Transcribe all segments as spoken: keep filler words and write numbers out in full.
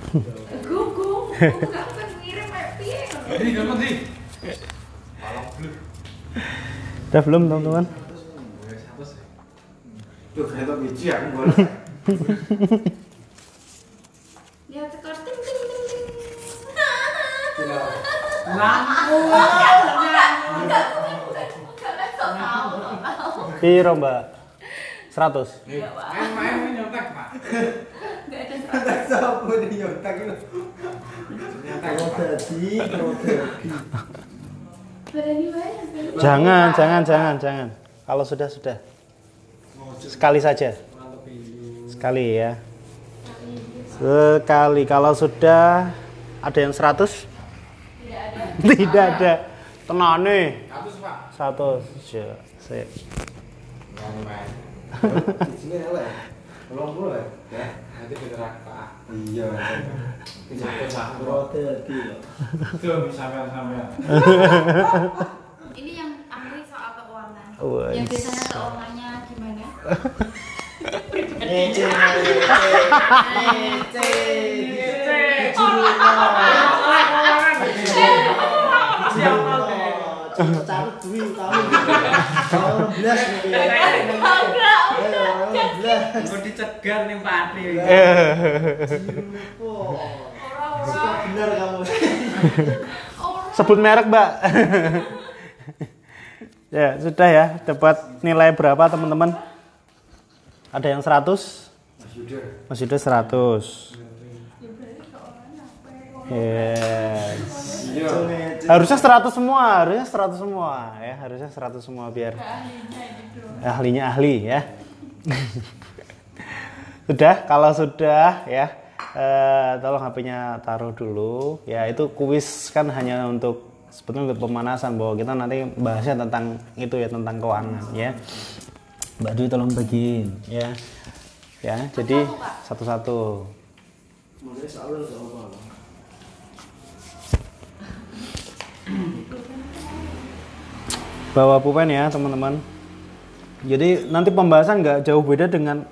Gugung, enggak akan ngirim piye ngono. Ini kamu sih. Malam belum. Udah belum teman-teman? Tuh saya biji aku boleh. Dia tekor ting ting ting ting. Lampu. Piro mbak? seratus? Main-main nyontek pak. Enggak ada seratus. Siapa nih nyontek itu? Kalau jadi, kalau jadi. Berani banget. Jangan, jangan, jangan, jangan. Kalau sudah, sudah. Sekali saja. Sekali ya. Sekali. Kalau sudah ada yang seratus? Tidak ada. Tidak ada. Tenang nih. Seratus pak. Seratus. Ya, sip. Main-main. Di sini apa ya? Tolong puluh ya? Ya, nanti kita rakpa. Iya. Satu-satu. Kalau jadi loh. Tuh sampean-sampean. Ini yang ahli soal keuangan. Wah, Yang biasanya keuangannya gimana? Ece, ece, Catat duit tahu. Kalau belas nih. Enggak. belas. Mau dicegat nih Pak Adri. Suka benar kamu. sebut merek, Mbak. Ya, sudah ya. Dapat nilai berapa, teman-teman? Ada yang seratus? Mas Yuda seratus. Yes. Harusnya seratus semua, harusnya seratus semua ya, harusnya seratus semua biar ahlinya ahli ya. Sudah, kalau sudah ya, eh, tolong H P-nya taruh dulu. Ya, itu kuis kan hanya untuk sebetulnya untuk pemanasan, bahwa kita nanti bahasnya tentang itu ya, tentang keuangan ya. Mbak Dwi tolong bagiin ya. Ya, jadi satu-satu. Mulai soal soal. Bawa pulpen ya teman-teman. Jadi nanti pembahasan nggak jauh beda dengan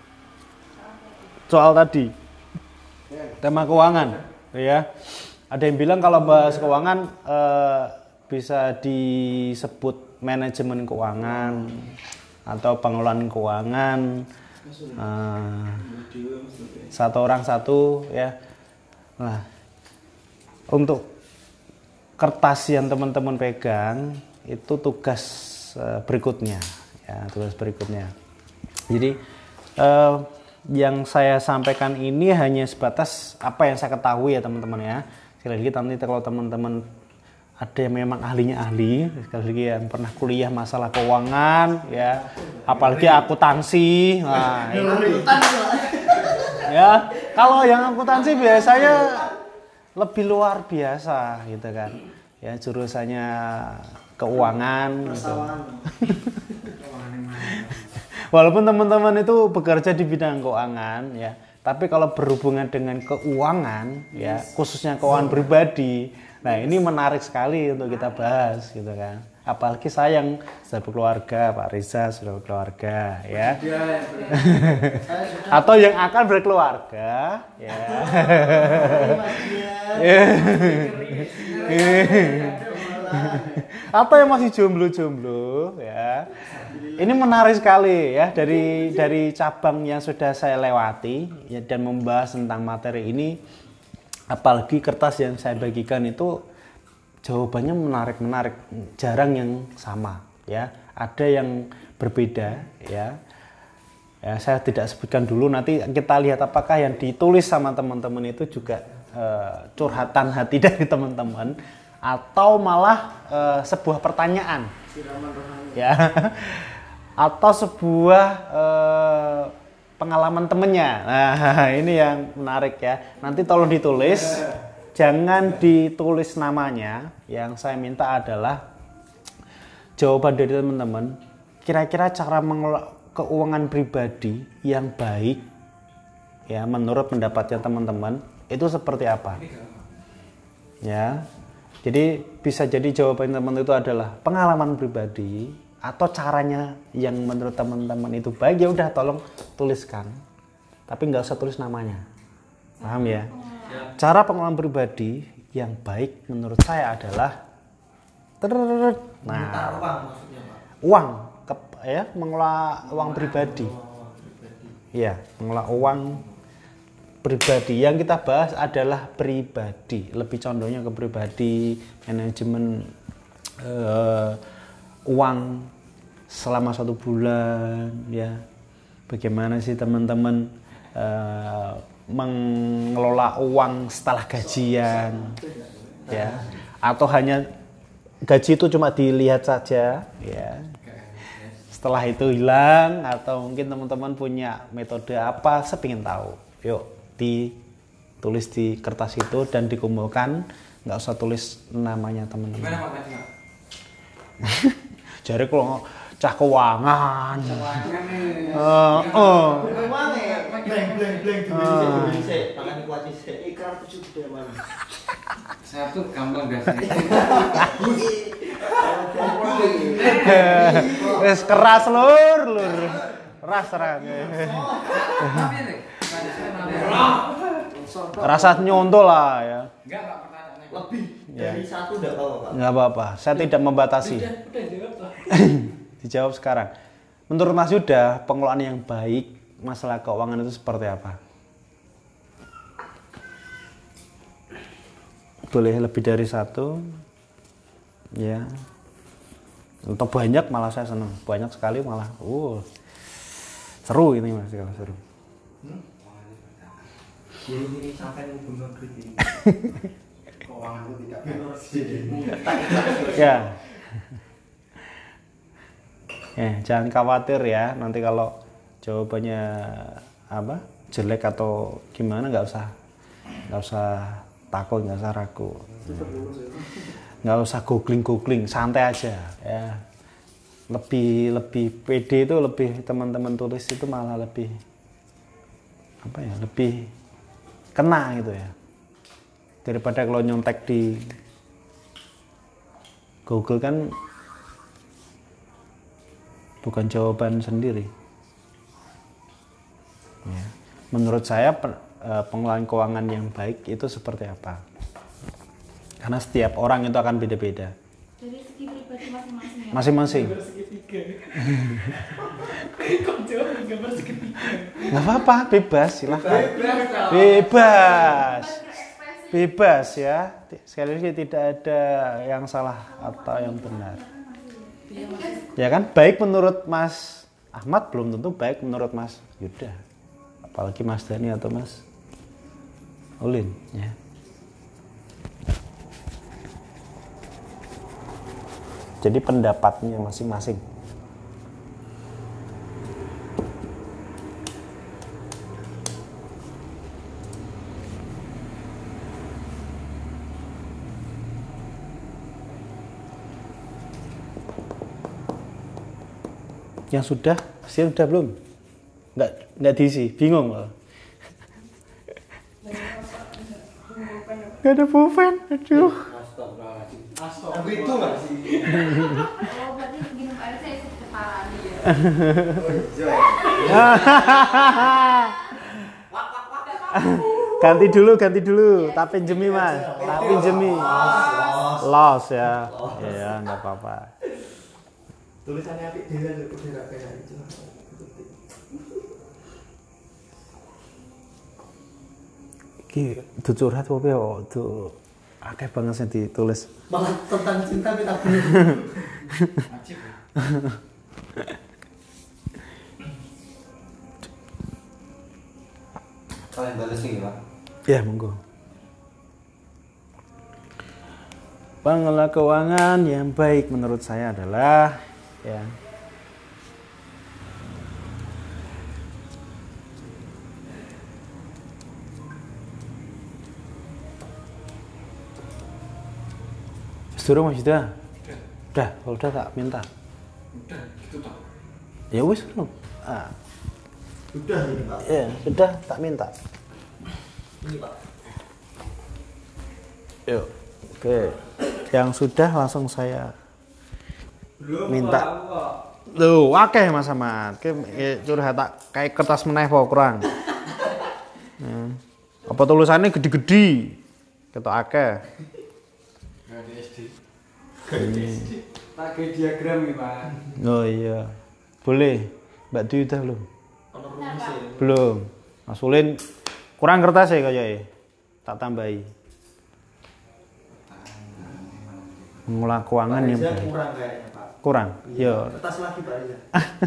soal tadi, tema keuangan ya. Ada yang bilang kalau bahas keuangan eh, bisa disebut manajemen keuangan atau pengelolaan keuangan, eh, satu orang satu ya. Nah, untuk kertas yang teman-teman pegang itu tugas uh, berikutnya ya, tugas berikutnya. Jadi uh, yang saya sampaikan ini hanya sebatas apa yang saya ketahui ya teman-teman ya. Sekali lagi nanti kalau teman-teman ada yang memang ahlinya ahli, sekali lagi yang pernah kuliah masalah keuangan ya, apalagi akuntansi. Nah, itu. Ya, kalau yang akuntansi biasanya lebih luar biasa gitu kan ya, jurusannya keuangan gitu. Walaupun teman-teman itu bekerja di bidang keuangan ya, tapi kalau berhubungan dengan keuangan ya, khususnya keuangan pribadi, nah ini menarik sekali untuk kita bahas gitu kan. Apalagi saya yang sudah berkeluarga, Pak Riza sudah berkeluarga ya. Atau yang akan berkeluarga ya. Atau yang masih jomblo-jomblo ya. Ini menarik sekali ya, dari dari cabang yang sudah saya lewati ya, dan membahas tentang materi ini, apalagi kertas yang saya bagikan itu jawabannya menarik-menarik, jarang yang sama ya, ada yang berbeda ya. Ya, saya tidak sebutkan dulu, nanti kita lihat apakah yang ditulis sama teman-teman itu juga uh, curhatan hati dari teman-teman atau malah uh, sebuah pertanyaan ya, atau sebuah uh, pengalaman temennya. Nah, ini yang menarik ya, nanti tolong ditulis. Jangan ditulis namanya, yang saya minta adalah jawaban dari teman-teman. Kira-kira cara mengelola keuangan pribadi yang baik, ya menurut pendapatnya teman-teman, itu seperti apa? Ya, jadi bisa jadi jawaban teman-teman itu adalah pengalaman pribadi atau caranya yang menurut teman-teman itu baik. Ya udah, tolong tuliskan, tapi nggak usah tulis namanya, paham ya? Cara pengelolaan pribadi yang baik menurut saya adalah tereret. Memutar Nah, uang maksudnya Pak. uang ke, ya, mengelola uang pribadi. Oh, pribadi. Iya, mengelola uang pribadi. Yang kita bahas adalah pribadi, lebih condongnya ke pribadi, manajemen eh, uang selama satu bulan, ya. Bagaimana sih teman-teman eh, mengelola uang setelah gajian, ya? Atau hanya gaji itu cuma dilihat saja, ya. Setelah itu hilang, atau mungkin teman-teman punya metode apa, saya ingin tahu. Yuk, ditulis di kertas itu dan dikumpulkan, nggak usah tulis namanya teman-teman. Gimana Pak tadi Pak? Jadi kalau cah keuangan, Keuangan nih. eh, oh, Uang ya, bleng bleng bleng duwe Ah. sik duwe sik, tangan kuat sik. Ikrar tujuh gede mana? Satu gampang dasarnya. wes keras lur, lur, keras terang. Tapi nih, Rasa nyontoh lah ya. enggak Pak pertanyaannya. Lebih Ya. dari satu enggak apa-apa Pak. Nggak apa-apa, saya tidak membatasi. Udah jawab Pak. Dijawab sekarang. Menurut Mas Yuda, pengelolaan yang baik masalah keuangan itu seperti apa? Boleh lebih dari satu, ya. Atau banyak malah saya senang. Banyak sekali malah, uh, seru ini Mas kalau seru. Ya ini sampai hubungan kritik. Keuanganku tidak beres. Ya. Eh, jangan khawatir ya. Nanti kalau jawabannya apa jelek atau gimana, nggak usah, nggak usah takut, nggak usah ragu, nggak usah googling googling, santai aja ya. Lebih lebih pede itu lebih teman-teman tulis itu malah lebih apa ya, lebih kena gitu ya, daripada kalau nyontek di Google kan bukan jawaban sendiri. Ya. Menurut saya pengelolaan keuangan yang baik itu seperti apa? Karena setiap orang itu akan beda-beda. Dari segi pribadi masing-masing ya. Masing-masing. Nggak apa-apa, bebas, silahkan. Bebas. Bebas ya. Sekali lagi tidak ada yang salah atau yang benar. Ya kan? Baik menurut Mas Ahmad belum tentu baik menurut Mas Yuda. Apalagi Mas Dani atau Mas Ulin ya. Jadi pendapatnya masing-masing. Yang sudah, sih sudah belum? Nggak, nggak diisi, bingung loh. Nggak ada pulpen, aduh. Astagfirullahaladzim. Tapi itu nggak sih? Oh, berarti minum air saya ikut kepala dia. Ganti dulu, ganti dulu. Tak pinjemi mas, tak pinjemi. Loss ya, ya nggak apa-apa. Tulisannya apik dhewe lho udah kayak itu. Ki itu curhat apa ya? Itu akeh banget sih ditulis. Malah tentang cinta kita belum. Wajib. Kalian balas nih Pak. Ya monggo. Pengelola keuangan yang baik menurut saya adalah ya Suruh Mas Yuda. Udah, kalau udah tak minta. Udah, gitu toh. Ya wis suruh. Ah, Udah ini Pak. ya sudah tak minta. Ini Pak. Yuk. Oke. Yang sudah langsung saya minta. Tuh, akeh Mas Ahmad. Ki curhat tak kayak kertas meneh apa kurang. Hmm. Apa tulisannya gede-gede? Ketok akeh. Nggak di S D. Pakai diagram nih Pak. Oh iya. Boleh. Mbak Dwi udah belum? Ono rumusnya. Belum. Mas Ulin kurang kertas ya kayaknya. Tak tambahi. Mengolah keuangan Pak yang Reza baik. kurang kayaknya Pak. Kurang. Iya. Yo. Kertas lagi Pak Reza.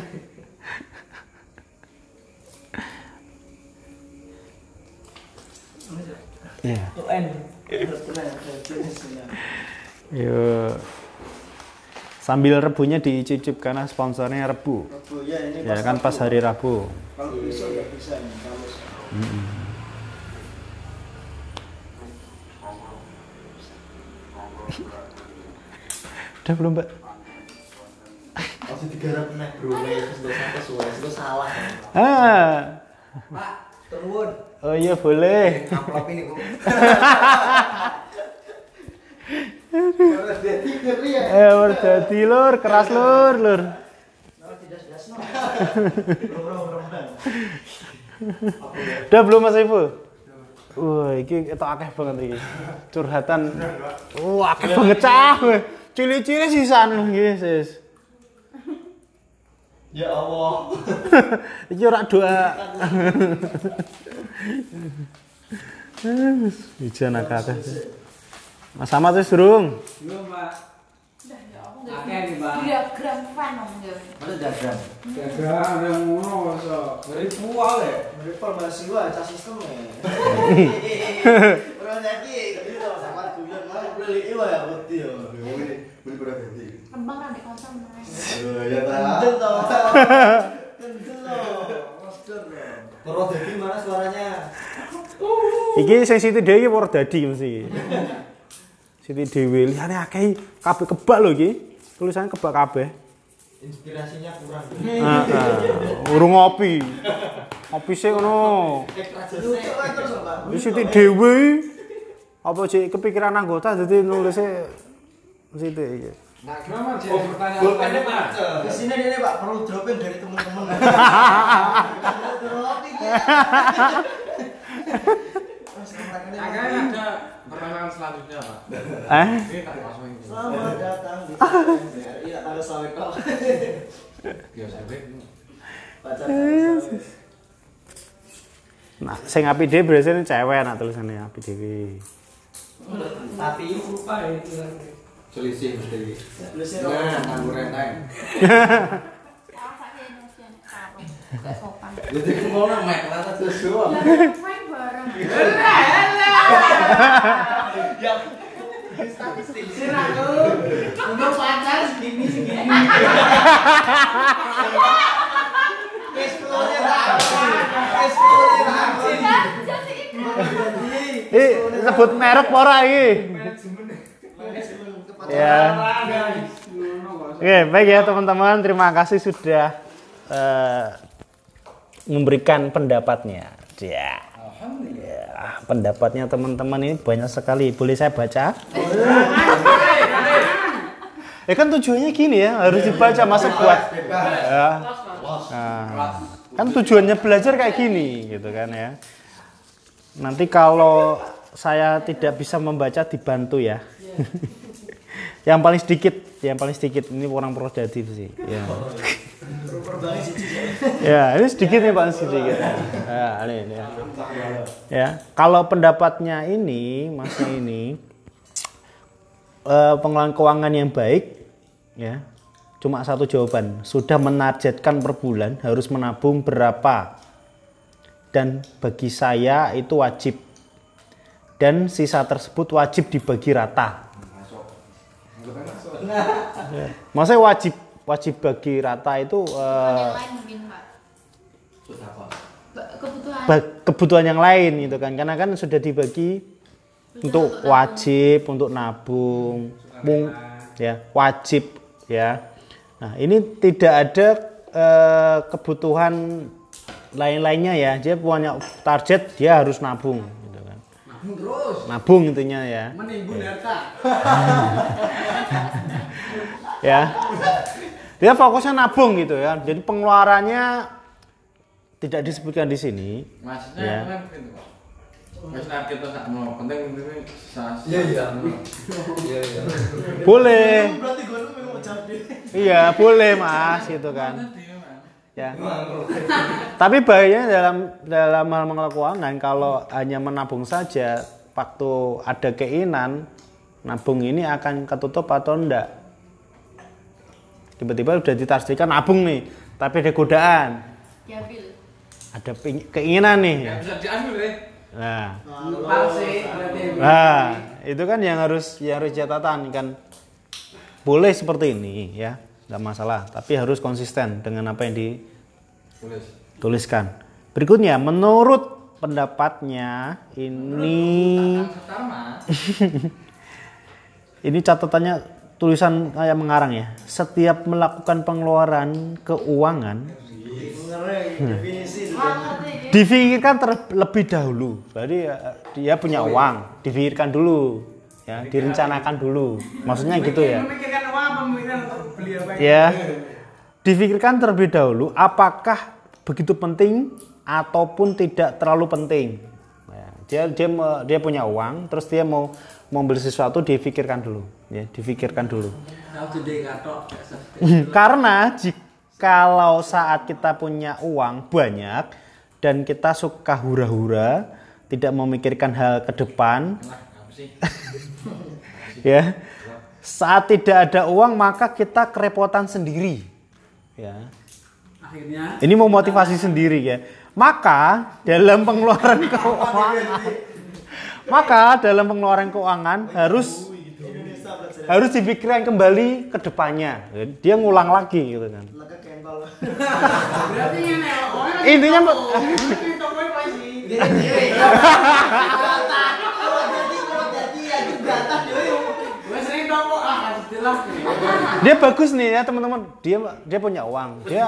Iya. U N. Harus benar. Jenisnya. Yo. Sambil rebunya dicicip karena sponsornya rebu. Rabu ya ini Ya kan pas hari Rabu. Kalau besok nggak bisa nih. Kalau Udah belum, Mbak? masih digarap nek bro, terus nggak sampai suwe, itu salah. Ah. Pak, turun. Oh iya boleh. Amplop ini Bu. Kalau dia tidur ya. Eh, berdadi lur, keras lur, lur. Kalau tidak sudah snow. Belum belum. Udah belum Mas Ibu? Wah, iki ketok akeh banget iki. Curhatan. Wah, akeh banget cah. Cili-cili sisan iki, Sis. Ya Allah. Iki ora doa. Ijan akeh. Mas Ahmad wis durung? Belum, Pak. Udah ya aku nggak Akeh nih, Pak. diagram fan dong ya. Mana dagang? Gagal ada ngono so. Ribu ale. Ribu mahasiswa cas sistem ya. Bro jadi gitu sama tujuan mau beli iwa ya bukti ya. Beli berapa ganti? Kembang rada kosong mas. Ya ta. Kendel toh. Kendel loh. Master loh. Kalau jadi mana suaranya? Iki sing Siti Dewi ora dadi mesti. Siti Dewi liyane akeh kabeh kebak lho iki. Tulisannya kebak kabeh. Inspirasinya kurang. Heeh. Urung ngopi. Ngopi sih ngono. Lucu kan terus Pak. Iki Siti Dewi apa sih kepikiran anggota dadi nulisnya Siti iki. Nah, kenapa sih Oh, pertanyaan Pulpennya pertama? Pak. Di sini dia Pak perlu dropin dari teman-teman. Drop ini. Akan ada pertanyaan selanjutnya, Pak. Eh? Ini tak langsung ini. Selamat datang di sini. Iya, harus sawit kok. Ya, saya break. Baca sawit. Nah, sing api dhewe biasanya cewek nak tulisannya api dhewe. Tapi lupa ya itu. Selisih mesti. Tulisnya Nah, nganggur renteng. Salah satu Indonesia karung nggak sopan. Jadi kemana mek lata terus doang. Fan bareng. Ya. Statistik. Untuk pacar segini segini. Explore Explore Eh, sebut merek apa ora iki? Ya. Oke, baik ya teman-teman, terima kasih sudah eh, memberikan pendapatnya. Ya. Ya, pendapatnya teman-teman ini banyak sekali. Boleh saya baca? Ya kan tujuannya gini ya, harus dibaca masa buat. Ya. Nah, kan tujuannya belajar kayak gini gitu kan ya. Nanti kalau saya tidak bisa membaca dibantu ya. Yang paling sedikit, yang paling sedikit ini orang produktif sih. Ya. Ya, ini sedikit nih Pak, sedikit. Ya, ini, ini. Ya, kalau pendapatnya ini, masnya ini eh, pengelolaan keuangan yang baik, ya, cuma satu jawaban. Sudah menargetkan per bulan harus menabung berapa? Dan bagi saya itu wajib. Dan sisa tersebut wajib dibagi rata. Ya. Maksudnya wajib wajib bagi rata itu Kebutuhan uh, yang lain mungkin Pak. Ba- Kebutuhan. ba- kebutuhan yang lain gitu kan, karena kan sudah dibagi untuk wajib, untuk nabung, mung, ya wajib ya. Nah ini tidak ada uh, kebutuhan lain-lainnya ya, dia punya target dia harus nabung gitu kan. Nabung terus. Nabung intinya ya. Menimbun harta. Ya. Dia fokusnya nabung gitu ya. Jadi pengeluarannya tidak disebutkan di sini. Maksudnya Ya. kan gitu, Pak. Wis nek kita sak mau penting ini sas. Iya iya. Iya iya. Boleh. Berarti gue memang jadi. Iya, boleh Mas, gitu kan. Ya. Tapi bahayanya dalam dalam hal mengelola keuangan kalau hanya menabung saja, waktu ada keinginan nabung ini akan ketutup atau enggak. Tiba-tiba udah ditargetkan nabung nih, tapi ada godaan. Diambil. Ada keinginan nih. Ya bisa diambil deh. Nah. Palsi. Nah, itu kan yang harus yang harus catatan kan. Boleh seperti ini ya, enggak masalah, tapi harus konsisten dengan apa yang dituliskan. Berikutnya, menurut pendapatnya ini ini catatannya tulisan kayak mengarang ya. Setiap melakukan pengeluaran keuangan difikirkan terlebih dahulu. Jadi dia punya uang, difikirkan dulu, ya, direncanakan dulu. Maksudnya gitu ya. Memikirkan uang apa memikirkan untuk beli apa? Ya, difikirkan terlebih dahulu apakah begitu penting ataupun tidak terlalu penting. Ya, dia dia dia punya uang, terus dia mau mau beli sesuatu, difikirkan dulu, ya, difikirkan dulu. Karena jikalau saat kita punya uang banyak dan kita suka hura-hura, tidak memikirkan hal ke depan, ya, saat tidak ada uang maka kita kerepotan sendiri, ya. Akhirnya. Ini mau motivasi sendiri ya. Maka dalam pengeluaran keuangan, maka dalam pengeluaran keuangan harus harus dipikirkan kembali ke depannya. Dia ngulang lagi gitu kan. Berarti yang orang Intinya ini tokoe pasti. Gue sering toko ah jelas nih. dia bagus nih ya teman-teman. Dia dia punya uang. Dia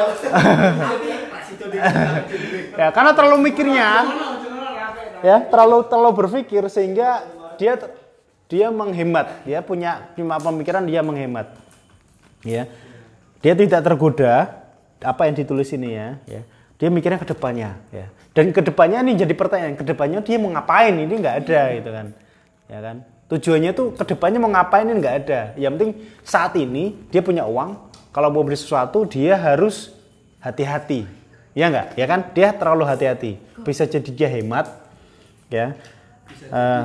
ya karena terlalu mikirnya, ya terlalu terlalu berpikir sehingga dia dia menghemat. Dia punya cuma pemikiran dia menghemat. Ya, dia tidak tergoda apa yang ditulis ini ya. Ya. Dia mikirnya ke depannya. Ya. Dan ke depannya ini jadi pertanyaan. Ke depannya dia mau ngapain? Ini nggak ada gitu kan. Ya kan. Tujuannya tuh ke depannya mau ngapain ini nggak ada. Yang penting saat ini dia punya uang. Kalau mau beli sesuatu dia harus hati-hati. Ya nggak? Ya kan? Dia terlalu hati-hati. Bisa jadi dia hemat. Ya. Uh,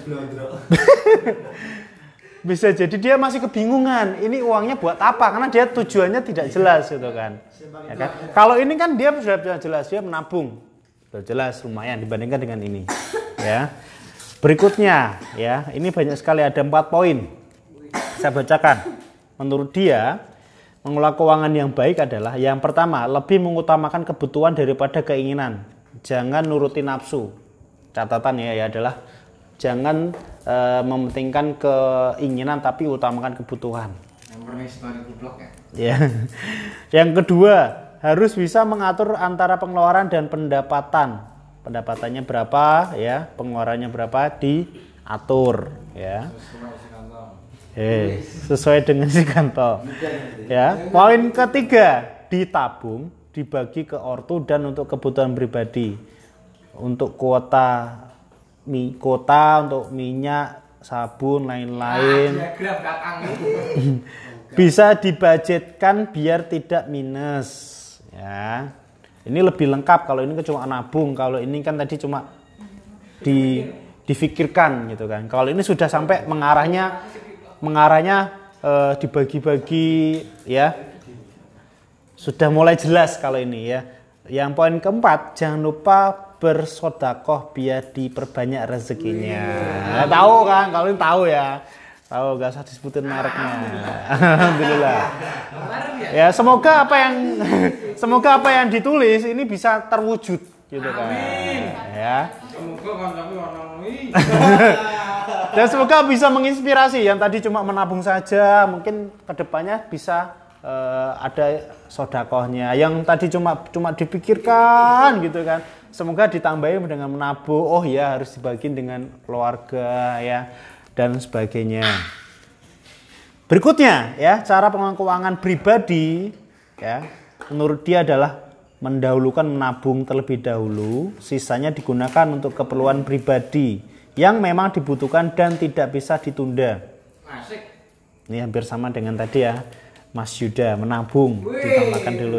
bisa jadi dia masih kebingungan. Ini uangnya buat apa? Karena dia tujuannya tidak jelas gitu kan. Ya kan? Kalau ini kan dia sudah jelas, dia menabung. Sudah jelas lumayan dibandingkan dengan ini. Ya. Berikutnya ya, ini banyak sekali ada empat poin. Saya bacakan. Menurut dia, mengelola keuangan yang baik adalah yang pertama, lebih mengutamakan kebutuhan daripada keinginan. Jangan nuruti nafsu. Catatannya ya adalah jangan e, mementingkan keinginan tapi utamakan kebutuhan. Yang pernah story blog ya. Ya. Yang kedua, harus bisa mengatur antara pengeluaran dan pendapatan. Pendapatannya berapa ya, pengeluarannya berapa diatur ya. Eh, sesuai dengan si kantong. Ya. Poin ketiga, ditabung, dibagi ke ortu dan untuk kebutuhan pribadi. Untuk kuota mi kota untuk minyak, sabun, lain-lain. Bisa dibudgetkan biar tidak minus. Ya. Ini lebih lengkap kalau ini cuma nabung. Kalau ini kan tadi cuma di difikirkan gitu kan. Kalau ini sudah sampai mengarahnya mengarahnya e, dibagi-bagi ya. Sudah mulai jelas kalau ini ya. Yang poin keempat, jangan lupa bersodakoh biar diperbanyak rezekinya. Nah, tahu kan? Kalau ini tahu ya. Tahu, gak usah disebutin mereknya. Alhamdulillah. Ya, semoga apa yang semoga apa yang ditulis ini bisa terwujud gitu kan. Amin. Ya. Semoga kancaku ono kuwi. Dan semoga bisa menginspirasi yang tadi cuma menabung saja, mungkin kedepannya bisa uh, ada sodakohnya. Yang tadi cuma cuma dipikirkan gitu kan. Semoga ditambahin dengan menabung. Oh ya, harus dibagiin dengan keluarga ya. Dan sebagainya. Berikutnya ya, cara pengelolaan keuangan pribadi ya, menurut dia adalah mendahulukan menabung terlebih dahulu, sisanya digunakan untuk keperluan pribadi yang memang dibutuhkan dan tidak bisa ditunda. Asik. Ini hampir sama dengan tadi ya, Mas Yuda menabung, ditambahkan dulu.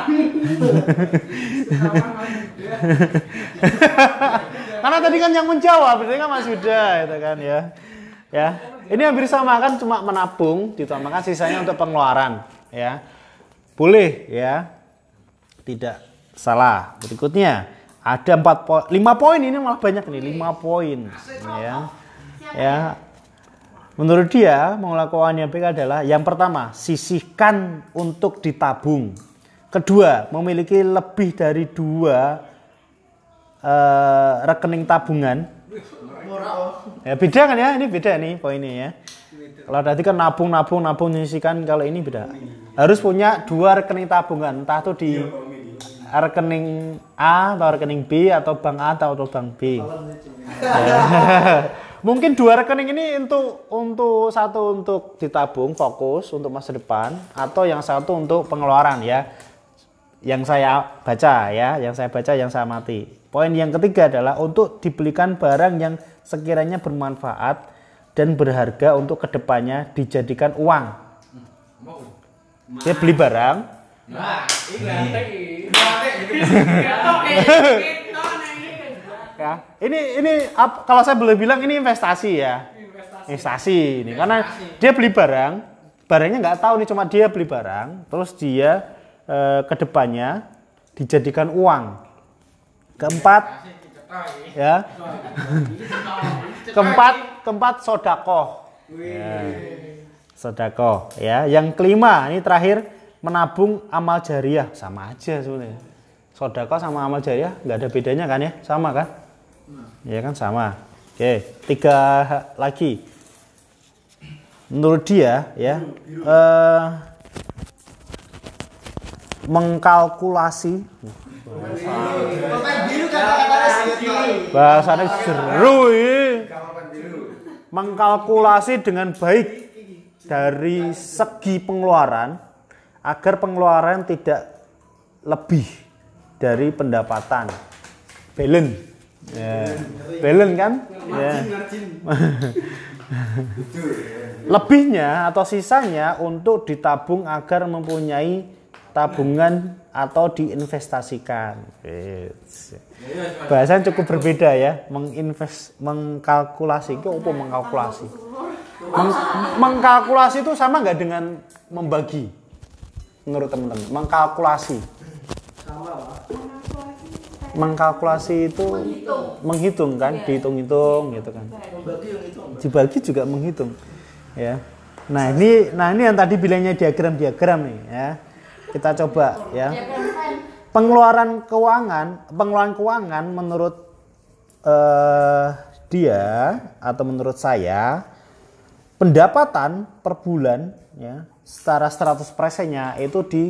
Karena tadi kan yang menjawab, itu kan Mas Yuda, itu kan ya. Ya, ini hampir sama kan, cuma menabung, ditambahkan sisanya untuk pengeluaran, ya. Boleh, ya. Tidak salah. Berikutnya ada empat poin, lima poin ini malah banyak nih, lima poin, ya. Ya. Menurut dia, melakukan Y P K adalah yang pertama, sisihkan untuk ditabung. Kedua, memiliki lebih dari dua uh, rekening tabungan. Ya, beda kan ya? Ini beda nih poinnya ya. Kalau tadi kan nabung, nabung, nabung, menyisihkan. Kalau ini beda. Harus punya dua rekening tabungan. Entah itu di rekening A atau rekening B atau bank A atau bank B. Ya. Mungkin dua rekening ini untuk untuk satu untuk ditabung fokus untuk masa depan atau yang satu untuk pengeluaran ya. Yang saya baca ya, yang saya baca, yang saya amati. Poin yang ketiga adalah untuk dibelikan barang yang sekiranya bermanfaat dan berharga untuk kedepannya dijadikan uang. Dia beli barang. Nah, ini Ya, ini ini ap, kalau saya boleh bilang ini investasi ya. Investasi, investasi ini karena dia beli barang, barangnya nggak tahu nih, cuma dia beli barang, terus dia eh, kedepannya dijadikan uang. Keempat, ya. Keempat, keempat sodakoh. Ya. Sodakoh, ya. Yang kelima, ini terakhir menabung amal jariah, sama aja sebenarnya. Sodakoh sama amal jariah nggak ada bedanya kan ya, sama kan? Ya kan sama. Oke, tiga lagi. Menurut dia ya eh, mengkalkulasi bahasanya seru ya. Mengkalkulasi dengan baik dari segi pengeluaran agar pengeluaran tidak lebih dari pendapatan. Balance. Ya. Balance kan? Ya. Lebihnya atau sisanya untuk ditabung agar mempunyai tabungan atau diinvestasikan. Bahasanya cukup berbeda ya. Menginvest, mengkalkulasi itu apa mengkalkulasi? Meng, mengkalkulasi itu sama nggak dengan membagi? Menurut teman-teman, mengkalkulasi. Sama, Pak. Mengkalkulasi itu Menghitung. menghitung kan, dihitung-hitung gitu kan. Membagi yang itu. Dibagi juga menghitung. Ya. Nah, ini nah ini yang tadi bilangnya diagram-diagram nih ya. Kita coba ya. Pengeluaran keuangan, pengeluaran keuangan menurut uh, dia atau menurut saya pendapatan per bulan ya secara seratus persennya itu di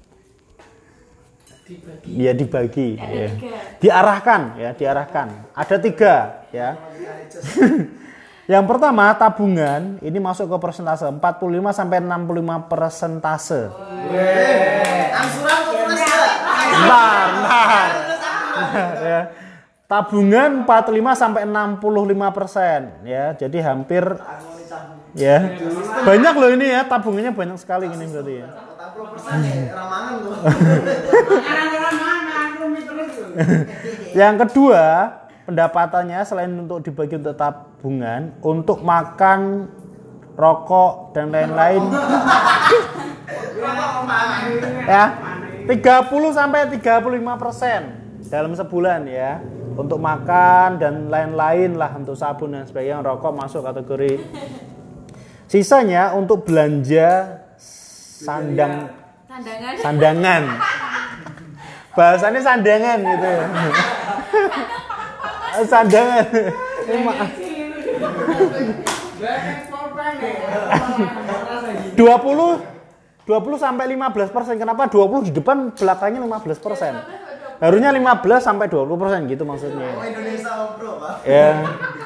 dibagi. ya dibagi ya. Diarahkan ya, diarahkan. Ada tiga ya. Yang pertama tabungan, ini masuk ke persentase empat puluh lima sampai enam puluh lima persentase. Angsuran kok terus ya? Bentar, bentar. Ya. Tabungan empat puluh lima sampai enam puluh lima persen ya. Jadi hampir ya. Banyak loh ini ya, tabungannya banyak sekali ini berarti ya. empat puluh persen ya, ramangan tuh. Yang kedua, pendapatannya selain untuk dibagi untuk tabungan, untuk makan, rokok dan lain-lain. Ya, tiga puluh sampai tiga puluh lima persen dalam sebulan ya. Untuk makan dan lain-lain lah, untuk sabun dan sebagainya, rokok masuk kategori. Sisanya untuk belanja sandang Sandangan. sandangan. Bahasanya sandangan gitu. Sandangan. dua puluh dua puluh sampai lima belas persen. Kenapa dua puluh di depan, belakangnya lima belas persen? Harusnya lima belas sampai dua puluh persen gitu maksudnya. Oh, Indonesia Bro, Pak. Ya.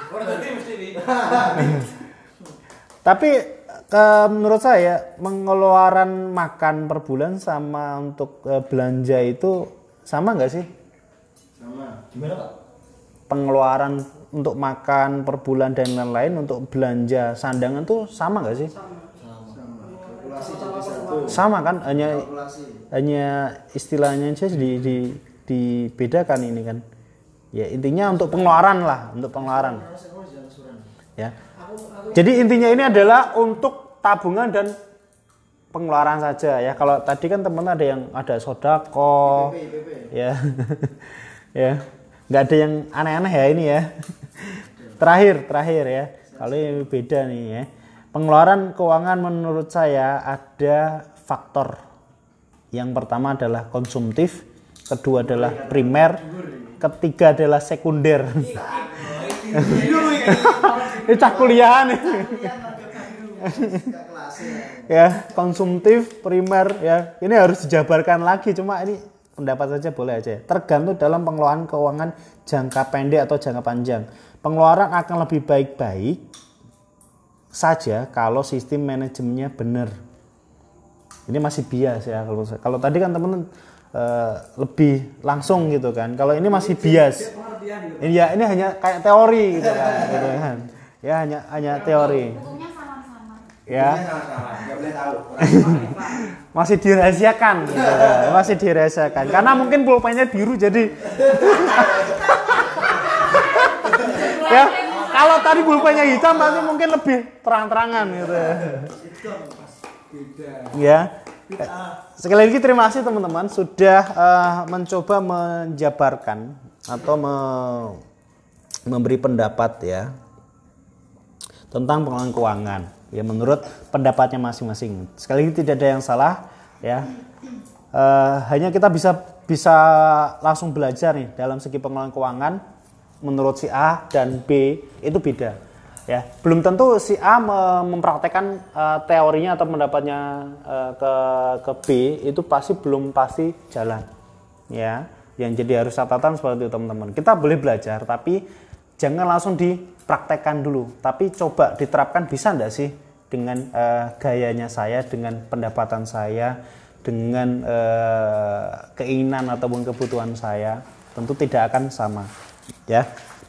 Tapi ke, menurut saya pengeluaran makan per bulan sama untuk e, belanja itu sama nggak sih? Sama. Gimana Pak? Pengeluaran untuk makan per bulan dan lain-lain, untuk belanja sandangan tuh sama nggak sih? Sama. Kalkulasi jadi satu. Sama kan, hanya Kalkulasi. hanya istilahnya aja di, di, dibedakan ini kan. Ya intinya untuk pengeluaran lah, untuk pengeluaran. Ya. Jadi intinya ini adalah untuk tabungan dan pengeluaran saja ya. Kalau tadi kan teman ada yang ada sodako, I P P, I P P. ya, ya, nggak ada yang aneh-aneh ya ini ya. Terakhir, terakhir ya. Kalau ini beda nih ya. Pengeluaran keuangan menurut saya ada faktor. Yang pertama adalah konsumtif, kedua adalah primer, ketiga adalah sekunder. Ini cak kuliahan nih. Ya, konsumtif, primer ya. Ini harus dijabarkan lagi, cuma ini pendapat saja boleh aja. Tergantung dalam pengelolaan keuangan jangka pendek atau jangka panjang. Pengeluaran akan lebih baik-baik saja kalau sistem manajemennya benar. Ini masih bias ya kalau kalau tadi kan teman-teman uh, lebih langsung gitu kan. Kalau ini masih bias. Ini ya ini hanya kayak teori gitu kan, gitu kan. Ya hanya hanya teori. Hukumnya sama-sama. Ya. Nggak boleh tahu. Masih dirahasiakan gitu. Masih dirahasiakan. Karena mungkin pulpennya biru jadi ya, kalau tadi pulpennya hitam pasti mungkin lebih terang-terangan gitu. Ya. Sekali lagi terima kasih teman-teman sudah uh, mencoba menjabarkan atau me memberi pendapat ya tentang pengelolaan keuangan. Ya menurut pendapatnya masing-masing. Sekali lagi tidak ada yang salah ya. Uh, hanya kita bisa bisa langsung belajar nih dalam segi pengelolaan keuangan menurut si A dan B itu beda. Ya, belum tentu si A mempraktekkan uh, teorinya atau pendapatnya uh, ke ke B itu pasti belum pasti jalan. Ya, yang jadi harus catatan seperti itu teman-teman. Kita boleh belajar tapi jangan langsung dipraktekkan dulu. Tapi coba diterapkan bisa enggak sih dengan uh, gayanya saya, dengan pendapatan saya, dengan uh, keinginan ataupun kebutuhan saya. Tentu tidak akan sama. Ya.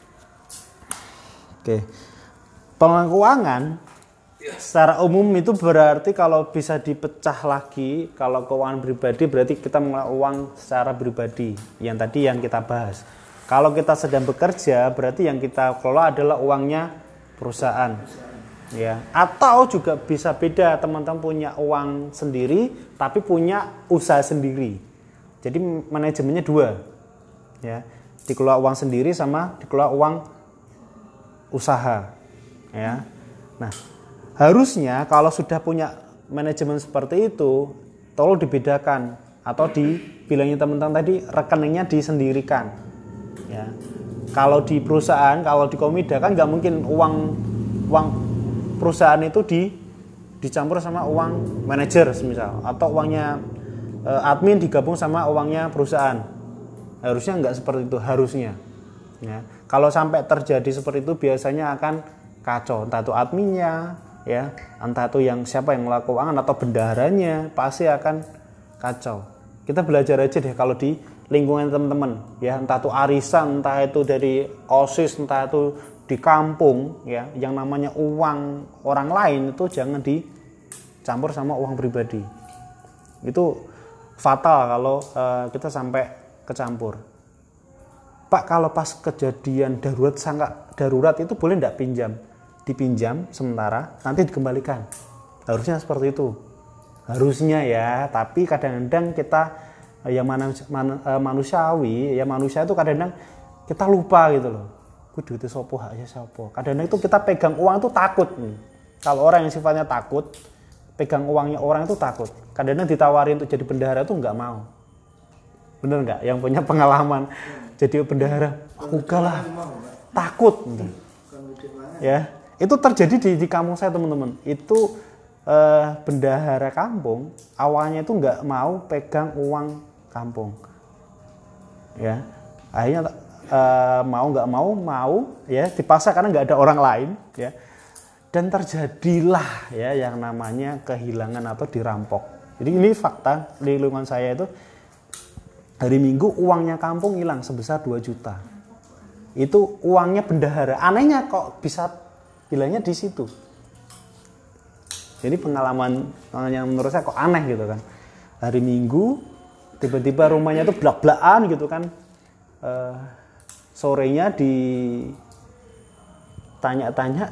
Oke. Pengelolaan keuangan secara umum itu berarti kalau bisa dipecah lagi, kalau keuangan pribadi berarti kita mengelola uang secara pribadi. Yang tadi yang kita bahas. Kalau kita sedang bekerja berarti yang kita kelola adalah uangnya perusahaan. Ya. Atau juga bisa beda, teman-teman punya uang sendiri tapi punya usaha sendiri. Jadi manajemennya dua. Ya. Dikelola uang sendiri sama dikelola uang usaha. Ya, nah harusnya kalau sudah punya manajemen seperti itu, tolong dibedakan atau dibilangin teman-teman tadi rekeningnya disendirikan. Ya, kalau di perusahaan, kalau di Komida kan nggak mungkin uang uang perusahaan itu di dicampur sama uang manajer semisal, atau uangnya e, admin digabung sama uangnya perusahaan. Harusnya nggak seperti itu harusnya. Ya, kalau sampai terjadi seperti itu biasanya akan kacau, entah itu adminnya, ya, entah itu yang siapa yang melakukan keuangan atau bendaharanya, pasti akan kacau. Kita belajar aja deh kalau di lingkungan teman-teman, ya, entah itu arisan, entah itu dari OSIS, entah itu di kampung, ya, yang namanya uang orang lain itu jangan dicampur sama uang pribadi. Itu fatal kalau uh, kita sampai kecampur. Pak, kalau pas kejadian darurat sangat darurat itu boleh enggak pinjam? Dipinjam sementara, nanti dikembalikan. Harusnya seperti itu. Harusnya ya, tapi kadang-kadang kita yang man, man, manusiawi, ya manusia itu kadang-kadang kita lupa gitu loh. Gue duitnya sopo, haknya sopo. Kadang-kadang itu kita pegang uang itu takut. Kalau orang yang sifatnya takut, pegang uangnya orang itu takut. Kadang-kadang ditawarin untuk jadi bendahara itu nggak mau. Bener nggak? Yang punya pengalaman jadi bendahara, aku kalah, takut. Ya. Itu terjadi di, di kampung saya teman-teman. Itu eh, bendahara kampung awalnya itu nggak mau pegang uang kampung. Ya, akhirnya eh, mau nggak mau mau ya dipaksa karena nggak ada orang lain. Ya, dan terjadilah ya yang namanya kehilangan atau dirampok. Jadi ini fakta di lingkungan saya itu hari Minggu uangnya kampung hilang sebesar dua juta. Itu uangnya bendahara. Anehnya kok bisa hilangnya di situ. Jadi pengalaman yang menurut saya kok aneh gitu kan. Hari Minggu tiba-tiba rumahnya tuh blak-blakan gitu kan. Uh, sorenya ditanya-tanya.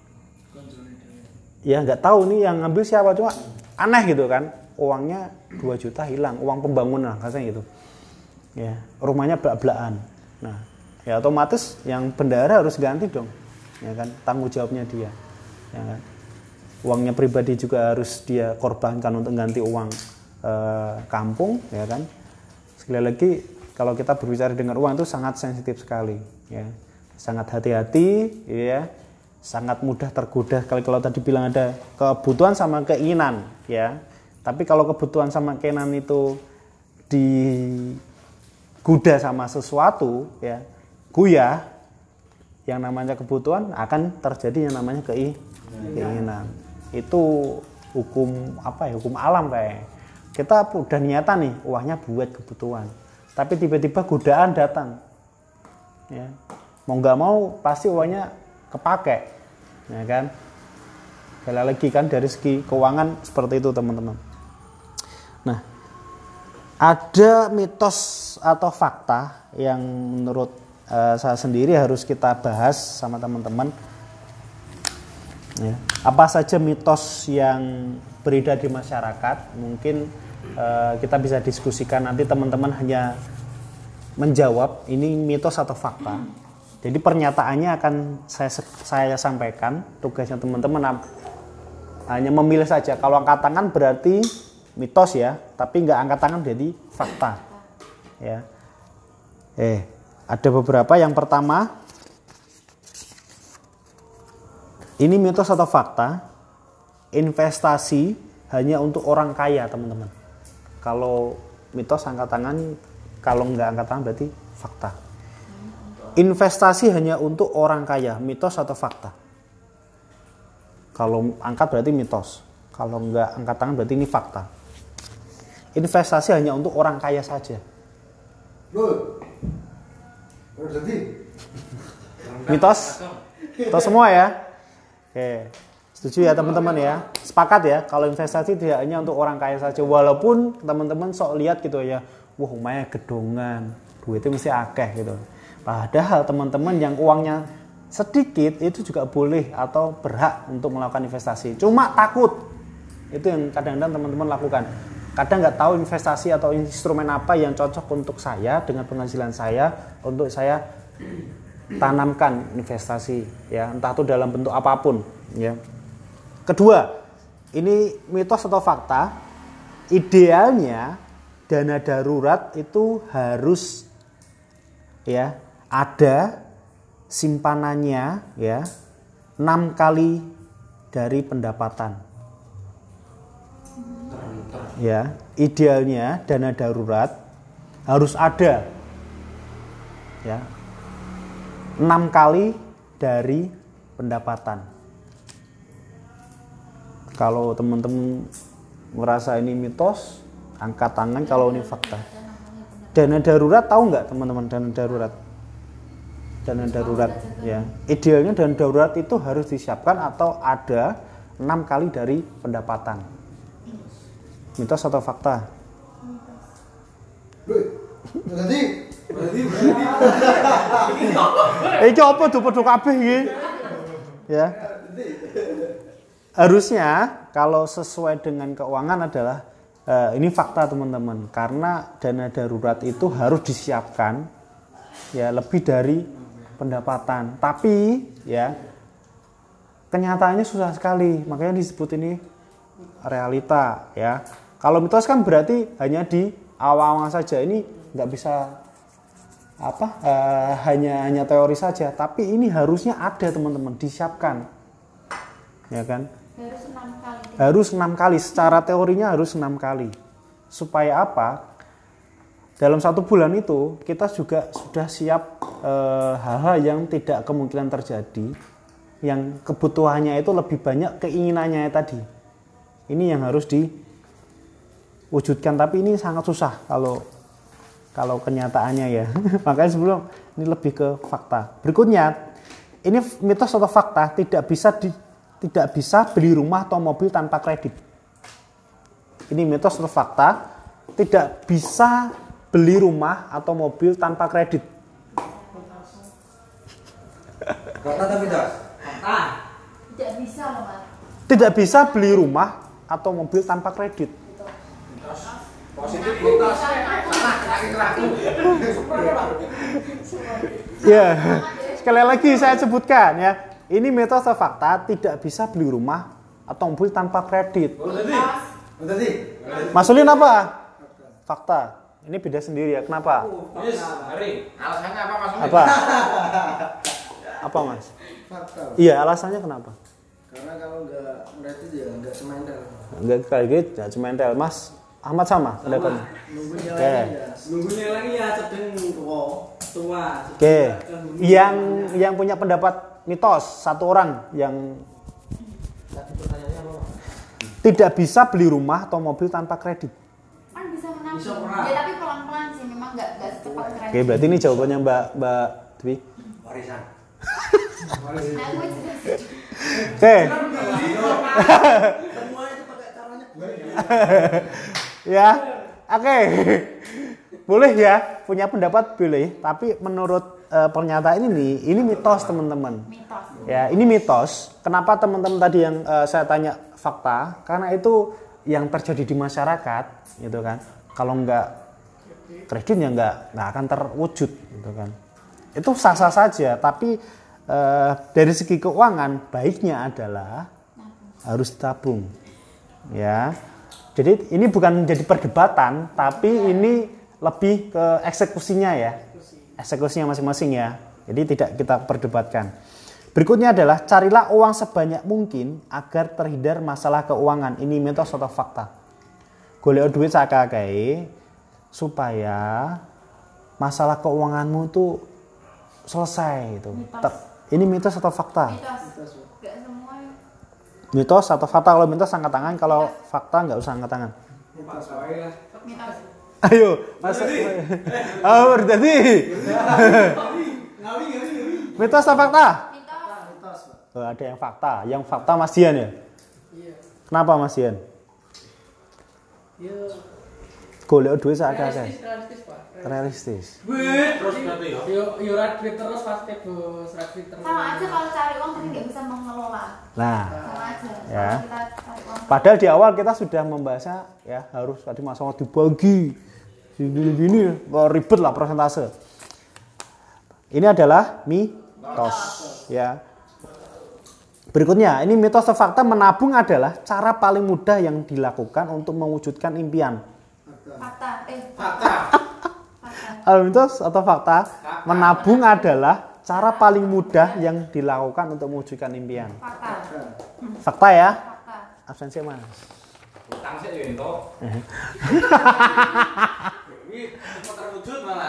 Ya nggak tahu nih yang ngambil siapa, cuma aneh gitu kan. Uangnya dua juta hilang, uang pembangunan katanya gitu. Ya, rumahnya blak-blakan. Nah, ya otomatis yang bendahara harus ganti dong. Ya kan, tanggung jawabnya dia. Ya kan. Uangnya pribadi juga harus dia korbankan untuk ganti uang e, kampung, ya kan. Sekali lagi kalau kita berbicara dengan uang itu sangat sensitif sekali, ya, sangat hati-hati, ya, sangat mudah tergoda. Kalau tadi bilang ada kebutuhan sama keinginan, ya, tapi kalau kebutuhan sama keinginan itu digoda sama sesuatu, ya, guyah, yang namanya kebutuhan akan terjadi yang namanya keinginan. Itu hukum apa ya, hukum alam kayak kita udah niatan nih uangnya buat kebutuhan, tapi tiba-tiba godaan datang, ya mau nggak mau pasti uangnya kepake, ya kan. Sekali lagi kan dari segi keuangan seperti itu teman-teman. Nah, ada mitos atau fakta yang menurut uh, saya sendiri harus kita bahas sama teman-teman. Ya. Apa saja mitos yang beredar di masyarakat, mungkin uh, kita bisa diskusikan, nanti teman-teman hanya menjawab ini mitos atau fakta. Jadi pernyataannya akan saya saya sampaikan, tugasnya teman-teman hanya memilih saja. Kalau angkat tangan berarti mitos ya, tapi nggak angkat tangan jadi fakta. Ya. Eh, ada beberapa. Yang pertama, ini mitos atau fakta, investasi hanya untuk orang kaya, teman-teman. Kalau mitos angkat tangan, kalau nggak angkat tangan berarti fakta. Investasi hanya untuk orang kaya, mitos atau fakta? Kalau angkat berarti mitos, kalau nggak angkat tangan berarti ini fakta. Investasi hanya untuk orang kaya saja. Mitos? Mitos semua ya? Oke, setuju ya teman-teman ya? Sepakat ya, kalau investasi tidak hanya untuk orang kaya saja. Walaupun teman-teman sok lihat gitu ya, wah umumnya gedongan, duitnya mesti akeh gitu. Padahal teman-teman yang uangnya sedikit itu juga boleh atau berhak untuk melakukan investasi. Cuma takut, itu yang kadang-kadang teman-teman lakukan. Kadang nggak tahu investasi atau instrumen apa yang cocok untuk saya dengan penghasilan saya, untuk saya tanamkan investasi, ya, entah itu dalam bentuk apapun, ya. Kedua, ini mitos atau fakta, idealnya dana darurat itu harus, ya, ada simpanannya, ya, enam kali dari pendapatan. Ya, idealnya dana darurat harus ada, ya, enam kali dari pendapatan. Kalau teman-teman merasa ini mitos, angkat tangan. Kalau ini fakta. Dana darurat, tahu nggak teman-teman dana darurat? Dana darurat, ya. Idealnya dana darurat itu harus disiapkan atau ada enam kali dari pendapatan. Mitos atau fakta? Berarti Eh, iki apa do-do kabeh iki? Ya. Harusnya kalau sesuai dengan keuangan adalah uh, ini fakta teman-teman, karena dana darurat itu harus disiapkan ya lebih dari pendapatan. Tapi ya kenyataannya susah sekali, makanya disebut ini realita ya. Kalau mitos kan berarti hanya di awal-awal saja, ini nggak bisa apa uh, hanya hanya teori saja, tapi ini harusnya ada teman-teman, disiapkan, ya kan? Harus enam kali. Harus enam kali, secara teorinya harus enam kali. Supaya apa? Dalam satu bulan itu kita juga sudah siap uh, hal-hal yang tidak kemungkinan terjadi, yang kebutuhannya itu lebih banyak keinginannya tadi. Ini yang harus diwujudkan, tapi ini sangat susah kalau kalau kenyataannya ya. Makanya sebelum ini lebih ke fakta. Berikutnya, ini mitos atau fakta tidak bisa di, tidak bisa beli rumah atau mobil tanpa kredit. Ini mitos atau fakta tidak bisa beli rumah atau mobil tanpa kredit. Kata tapi dah. Kata. Tidak bisa loh mas. Tidak bisa beli rumah atau mobil tanpa kredit. Positif Aku mitos. bisa, aku Salah, bisa. lagi terakhir. Ya, sekali lagi saya sebutkan ya. Ini mitos atau fakta tidak bisa beli rumah atau mobil tanpa kredit. Oh, tadi. Oh, tadi. Mas Ulin apa? Fakta. Ini beda sendiri ya. Kenapa? Yes, hari. Alasannya apa Mas? Ulin? Apa? Apa Mas? Fakta. Iya, alasannya kenapa? Karena kalau nggak kredit ya nggak semendal. Enggak kayak gitu, ya cementel. Mas Ahmad sama pendapatnya. Nunggunya Oke. lagi ya. Nunggunya lagi ya sedang tua. Tua. Oke. Yang yang punya pendapat mitos satu orang yang Tadi pertanyaannya apa? tidak bisa beli rumah atau mobil tanpa kredit. Kan bisa menabung. Bisa pernah. Ya tapi pelan-pelan sih, memang nggak nggak secepat kredit. Oke, berarti ini jawabannya Mbak Mbak Dwi. Warisan. Nah, gue jelas. Oke. Semua itu pakai caranya gue. Ya. Oke. Boleh ya, punya pendapat boleh, tapi menurut eh, pernyataan ini ini mitos, teman-teman. Mitos. Ya, ini mitos. Kenapa teman-teman tadi yang eh, saya tanya fakta? Karena itu yang terjadi di masyarakat, gitu kan. Kalau nggak kredit ya nggak nggak akan terwujud, gitu kan. Itu sah-sah saja, tapi eh, dari segi keuangan baiknya adalah harus tabung, ya. Jadi ini bukan menjadi perdebatan, tapi ini lebih ke eksekusinya ya, eksekusinya masing-masing ya. Jadi tidak kita perdebatkan. Berikutnya adalah carilah uang sebanyak mungkin agar terhindar masalah keuangan. Ini mitos atau fakta? Golek duit sakake supaya masalah keuanganmu itu selesai itu. Mitos. Ter- ini mitos atau fakta? Mitos. Nggak semua. Mitos atau fakta? Kalau mitos angkat tangan, kalau fakta nggak usah angkat tangan. Pak Soe lah. Mitos. Ayo, Mas. Oh, berarti. Ngawi, ngawi, ngawi. Mitos atau fakta? Mitos. Mitos, Pak. Oh, ada yang fakta. Yang fakta Mas Dian ya? Iya. Kenapa Mas Dian? Yo. Golek duit sakake. Realistis, realistis, Pak. Realistis. Wih, Terus berarti ya? Yo, yo radit terus pasti bos, radit terus. Sama aja kalau cari uang tapi nggak bisa mengelola. Nah, Sama aja. Ya. Kalau kita cari uang. padahal di awal kita sudah membahasnya ya harus tadi masalah dibagi gini-gini, wah, ribet lah persentase. Ini adalah mitos ya. Berikutnya, ini mitos atau fakta menabung adalah cara paling mudah yang dilakukan untuk mewujudkan impian. Fakta. Eh, Fakta. fakta. Hal mitos atau fakta menabung adalah cara paling mudah yang dilakukan untuk mewujudkan impian. Fakta. Fakta ya? Fakta. Absensi Mas. Utang sih ya itu. Ini cuma terwujud malah.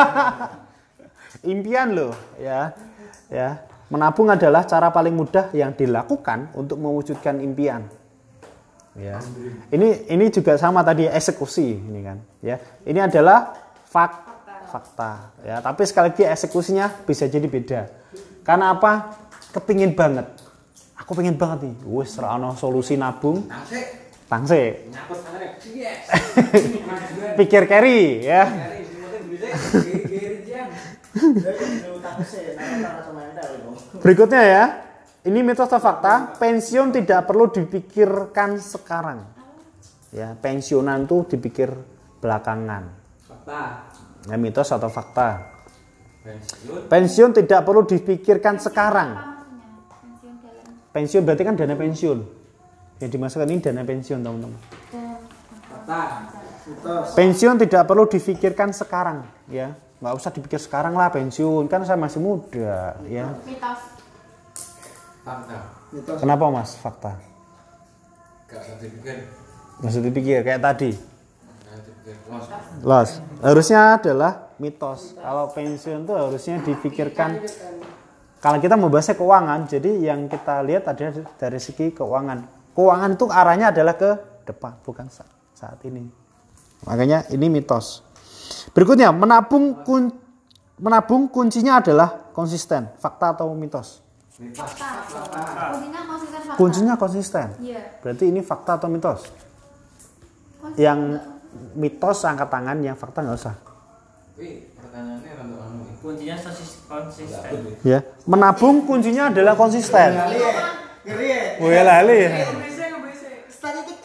Impian loh ya. Ya. Menabung adalah cara paling mudah yang dilakukan untuk mewujudkan impian. Ya. Ini ini juga sama tadi eksekusi ini kan, ya. Ini adalah fak fakta, ya. Tapi sekali lagi eksekusinya bisa jadi beda. Karena apa? Kepingin banget. Aku pengen banget nih. Wis ra ono solusi nabung, Tangsik. tangse. Nyaput tangannya. Yes. Pikir carry ya. Dari semuanya bisa gerijan. Jadi utang sih, nara sama mental itu. Berikutnya ya. Ini mitos atau fakta, pensiun tidak perlu dipikirkan sekarang. Ya, pensiunan tuh dipikir belakangan. Fakta. Ya, mitos atau fakta. Pensiun. Pensiun tidak perlu dipikirkan sekarang. Apa maksudnya? Pensiun dalam. Pensiun berarti kan dana pensiun. Yang dimasukkan ini dana pensiun, teman-teman. Fakta. Mitos. Pensiun tidak perlu dipikirkan sekarang, ya. Nggak usah dipikir sekarang lah pensiun, kan saya masih muda, ya. Mitos. Fakta. Mitos. Kenapa Mas fakta? Gak usah dipikir. Nggak usah dipikir kayak tadi. Gak usah dipikir. Los. Los. Harusnya adalah mitos. Kalau pensiun tuh harusnya dipikirkan. Kalau kita membahasnya keuangan, jadi yang kita lihat adalah dari segi keuangan. Keuangan itu arahnya adalah ke depan, bukan saat ini. Makanya ini mitos. Berikutnya, menabung kun, menabung kuncinya adalah konsisten. Fakta atau mitos? Fakta. Kuncinya konsisten fakta. Kuncinya konsisten. Iya. Berarti ini fakta atau mitos? Konsisten. Yang mitos angkat tangan, yang fakta nggak usah. Wih, pertanyaannya untuk anu. Kuncinya sosis konsisten. Ya, menabung kuncinya adalah konsisten. Ngeri ya. Ngeri ya. Wih lali. Statistik.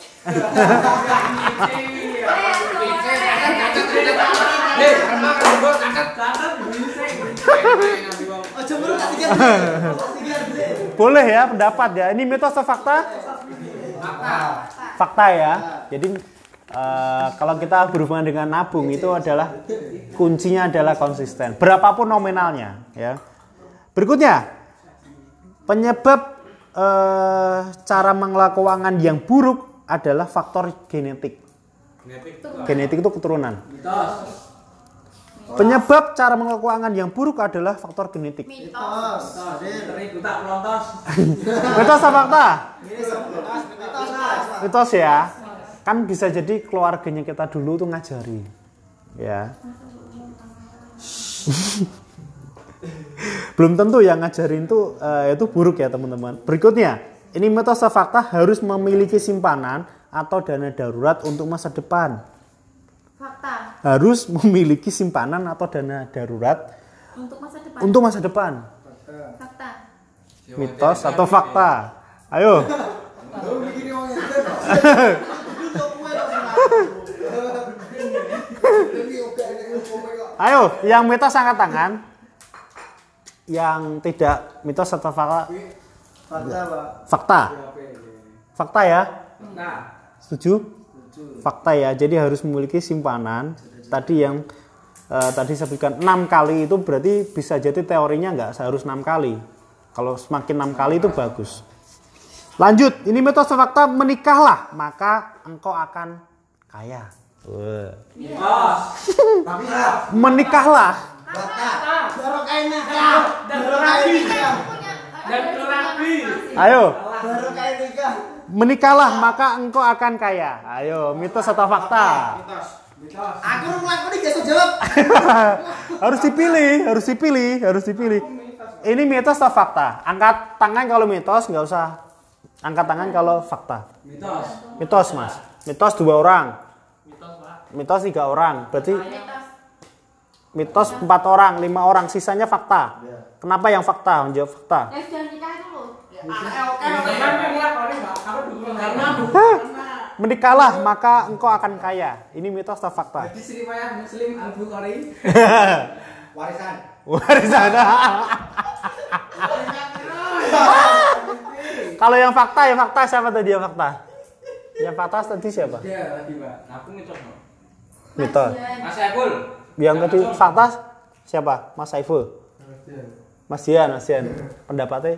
Hei, emang kan gua catat. Ojo muru tak tiga. Boleh ya pendapat ya. Ini mitos atau fakta? Fakta. Fakta ya. Jadi eh, kalau kita berhubungan dengan nabung itu adalah kuncinya adalah konsisten. Berapapun nominalnya ya. Berikutnya, penyebab eh, cara mengelola keuangan yang buruk adalah faktor genetik. Genetik. Genetik itu keturunan. Penyebab cara mengelola keuangan yang buruk adalah faktor genetik. Mitos. Tos. Terigu tak pelontos. Mitos atau fakta? Ini tos. Tos. Mitos ya. Kan bisa jadi keluarganya kita dulu tuh ngajari. Ya. Belum tentu yang ngajarin tuh uh, itu buruk ya teman-teman. Berikutnya, ini mitos atau fakta harus memiliki simpanan atau dana darurat untuk masa depan. Fakta. Harus memiliki simpanan atau dana darurat Untuk masa depan. untuk masa depan. Fakta. Mitos atau fakta? Ayo. Ayo, yang mitos angkat tangan. Yang tidak mitos atau fakta? Fakta, Pak. Fakta. Fakta ya? Nah, Setuju? Fakta ya. Jadi harus memiliki simpanan. Tadi yang eh, tadi saya berikan enam kali itu berarti bisa jadi teorinya nggak seharus enam kali. Kalau semakin enam kali itu bagus. Lanjut, ini mitos atau fakta, menikahlah maka engkau akan kaya. Wah. mitos. Tapi Menikahlah. fakta. Baru kain nikah. Dan Baru kain lagi. nikah. Dan lagi. Ayo, Baru kain nikah. menikahlah maka engkau akan kaya. Ayo, mitos atau fakta? Mitos. Mitos. Aku ngelakuin gak bisa jawab. Harus dipilih, harus dipilih, harus dipilih. Ini mitos atau fakta? Angkat tangan kalau mitos, nggak usah. Angkat tangan kalau fakta. Mitos. Mitos mas. Mitos dua orang. Mitos, Pak. Mitos tiga orang. Berarti Mitos. mitos empat orang, lima orang. Sisanya fakta. Kenapa yang fakta? Menjawab fakta. Ya sudah nikah dulu. Karena Menikahlah maka engkau akan kaya. Ini mitos atau fakta? di sini riwayat Muslim Al-Bukhari. Warisan. Warisan. Kalau yang fakta, yang fakta siapa tadi yang fakta? Yang fakta tadi siapa? Ya, tadi, Pak. Aku mitos, Pak. Mitos. Mas Saiful. Yang tadi fakta siapa? Mas Saiful. Mas Dian, Mas Dian. Pendapatnya?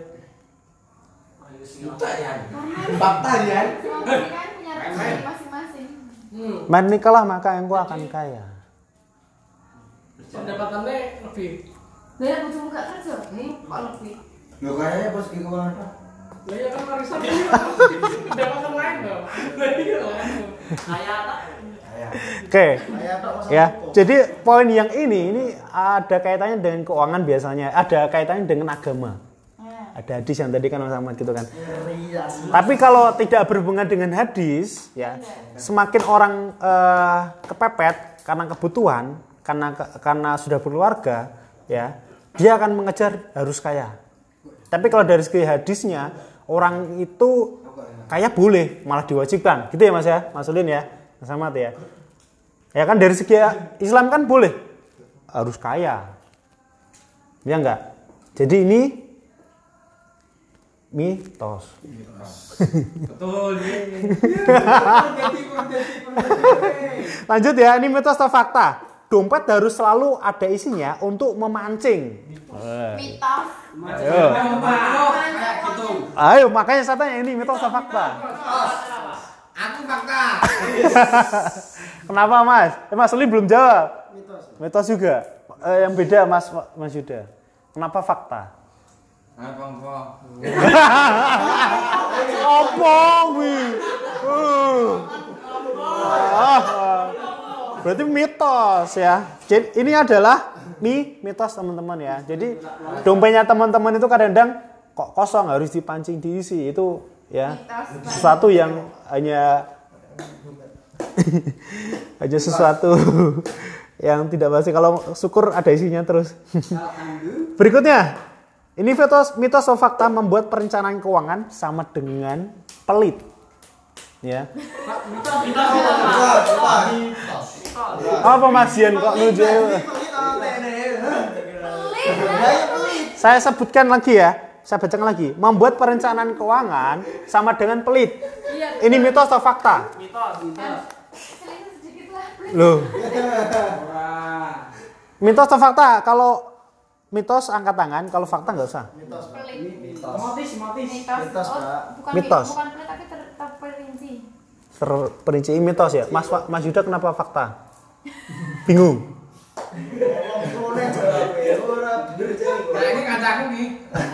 Juta ya. Fakta ya. Suami kan punya rezeki masing-masing. Hmm. Menikahlah maka engkau akan kaya. Pendapatannya lebih. Lah ya bojomu gak kerja. Hmm, kok lebih. Lo kayaknya bos di keuangan. Lah ya kan warisan. Pendapatan lain dong. Lah iya loh. Kayak tak. Oke. Kayak tok Mas. Ya. Jadi poin yang ini ini ada kaitannya dengan keuangan biasanya, ada kaitannya dengan agama. Ada hadis yang tadi kan Mas Ahmad gitu kan. Tapi kalau tidak berhubungan dengan hadis, ya semakin orang eh, kepepet karena kebutuhan, karena karena sudah berkeluarga, ya dia akan mengejar harus kaya. Tapi kalau dari segi hadisnya, orang itu kaya boleh, malah diwajibkan, gitu ya Mas ya, Mas Ulin ya, Mas Ahmad ya. Ya kan dari segi Islam kan boleh, harus kaya, ya enggak. Jadi ini mitos. Betul. Lanjut ya, ini mitos atau fakta? Dompet harus selalu ada isinya untuk memancing. Mitos. Ayo. Kayak gitu. Ayo, makanya saya tanya ini mitos atau fakta? Aku fakta. Kenapa Mas? Eh, Mas Uli belum jawab. Mitos. Mitos juga. Eh, yang beda Mas Mas Yuda. Kenapa fakta? Apa apa? Apa wi? Uh. Ah. Berarti mitos ya. Jadi ini adalah mi mitos teman-teman ya. Jadi dompetnya teman-teman itu kadang-kadang kok kosong harus dipancing diisi. Itu ya sesuatu yang hanya aja sesuatu yang tidak pasti. Kalau syukur ada isinya terus. Berikutnya, ini mitos mitos atau fakta membuat perencanaan keuangan sama dengan pelit. Ya. Apa Mas Dian kok nuju? Saya sebutkan lagi ya. Saya bacakan lagi. Membuat perencanaan keuangan sama dengan pelit. Ini mitos atau fakta? Mitos. Sedikit lah. Loh. Mitos atau fakta? Kalau mitos angkat tangan, kalau fakta nggak usah. Mitos, Pak. Pelit. Mitos. Motis, motis. Mitos. Mitos, Oh, Pak. bukan Mitos. Bukan pelit tapi ter- terperinci. Terperinci mitos ya. Mas Mas Yuda kenapa fakta? Bingung. Nah ini kancaku nih.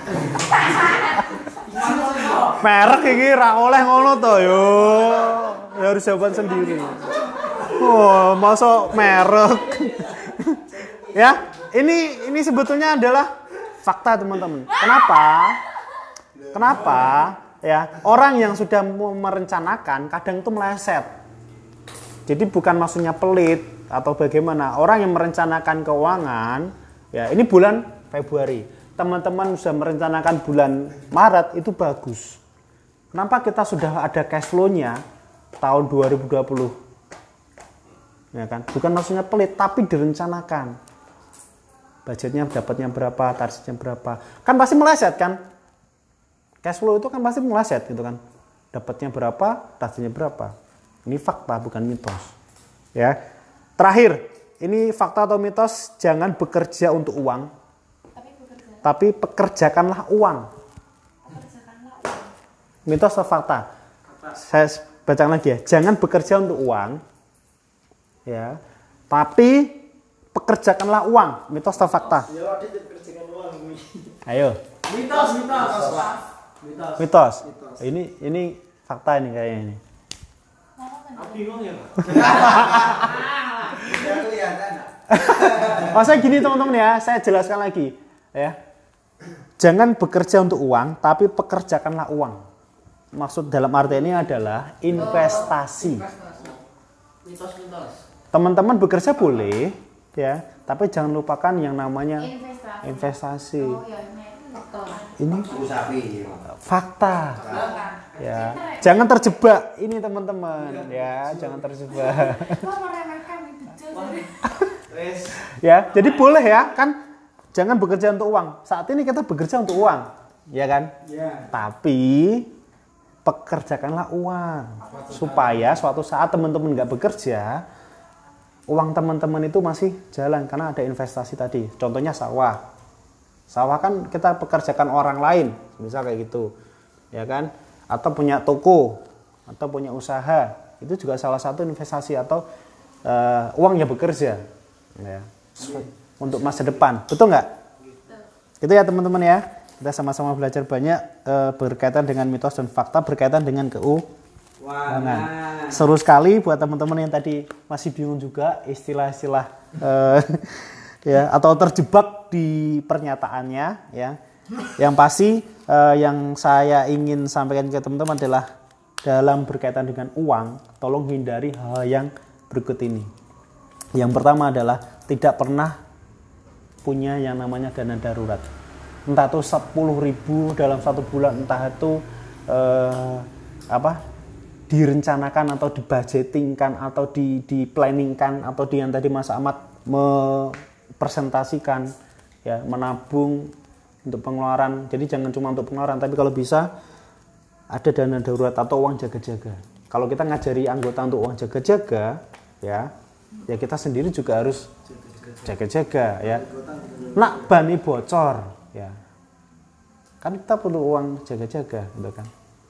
Merek iki ra oleh ngono to yo. Harus jawaban sendiri. Oh, masuk merek. Ya, ini ini sebetulnya adalah fakta teman-teman. Kenapa? Kenapa? Ya, orang yang sudah merencanakan kadang itu meleset. Jadi bukan maksudnya pelit atau bagaimana. Orang yang merencanakan keuangan, ya ini bulan Februari. Teman-teman sudah merencanakan bulan Maret itu bagus. Kenapa kita sudah ada cash flow-nya tahun dua ribu dua puluh? Ya kan? Bukan maksudnya pelit, tapi direncanakan. Budgetnya dapatnya berapa, targetnya berapa. Kan pasti meleset kan? Cash flow itu kan pasti meleset gitu kan. Dapatnya berapa, targetnya berapa. Ini fakta bukan mitos. Ya. Terakhir, ini fakta atau mitos, jangan bekerja untuk uang. Tapi bekerja. Tapi pekerjakanlah uang. Pekerjakanlah uang. Mitos atau fakta? Saya bacakan lagi ya. Jangan bekerja untuk uang. Ya. Tapi pekerjakanlah uang. Mitos atau fakta? Ayo. Mitos, mitos. Mitos. Mitos. Ini ini fakta ini kayaknya ini. Bingung ya, Pak. Udah kelihatan. Maksudnya gini teman-teman ya, saya jelaskan lagi ya. Jangan bekerja untuk uang, tapi pekerjakanlah uang. Maksud dalam arti ini adalah investasi. Mitos, mitos. Teman-teman bekerja boleh ya, tapi jangan lupakan yang namanya Investasi. investasi. Oh ya, ini fakta. Ini Sapi. fakta. Ya, jangan terjebak ini teman-teman ya, jangan terjebak. Kok meremehkan itu jadi. Wes. Ya, jadi boleh ya kan, jangan bekerja untuk uang. Saat ini kita bekerja untuk uang, ya kan? Ya. Tapi pekerjakanlah uang supaya suatu saat teman-teman nggak bekerja, uang teman-teman itu masih jalan karena ada investasi tadi. Contohnya sawah. Sawah kan kita pekerjakan orang lain, bisa kayak gitu, ya kan? Atau punya toko, atau punya usaha, itu juga salah satu investasi atau uh, uang yang bekerja, ya, untuk masa depan, betul nggak? Itu ya teman-teman ya, kita sama-sama belajar banyak uh, berkaitan dengan mitos dan fakta berkaitan dengan keuangan. Seru sekali buat teman-teman yang tadi masih bingung juga istilah-istilah uh, ya atau terjebak di pernyataannya, ya. Yang pasti uh, yang saya ingin sampaikan ke teman-teman adalah dalam berkaitan dengan uang, tolong hindari hal yang berikut ini. Yang pertama adalah tidak pernah punya yang namanya dana darurat. Entah itu sepuluh ribu dalam satu bulan, entah itu uh, apa direncanakan atau dibudgetingkan atau di di planningkan atau di yang tadi Mas Ahmad mempresentasikan, ya, menabung untuk pengeluaran. Jadi jangan cuma untuk pengeluaran, tapi kalau bisa ada dana darurat atau uang jaga-jaga. Kalau kita ngajari anggota untuk uang jaga-jaga, ya, ya kita sendiri juga harus jaga-jaga, ya. Nak bani bocor, ya. Kan kita perlu uang jaga-jaga, gitu kan.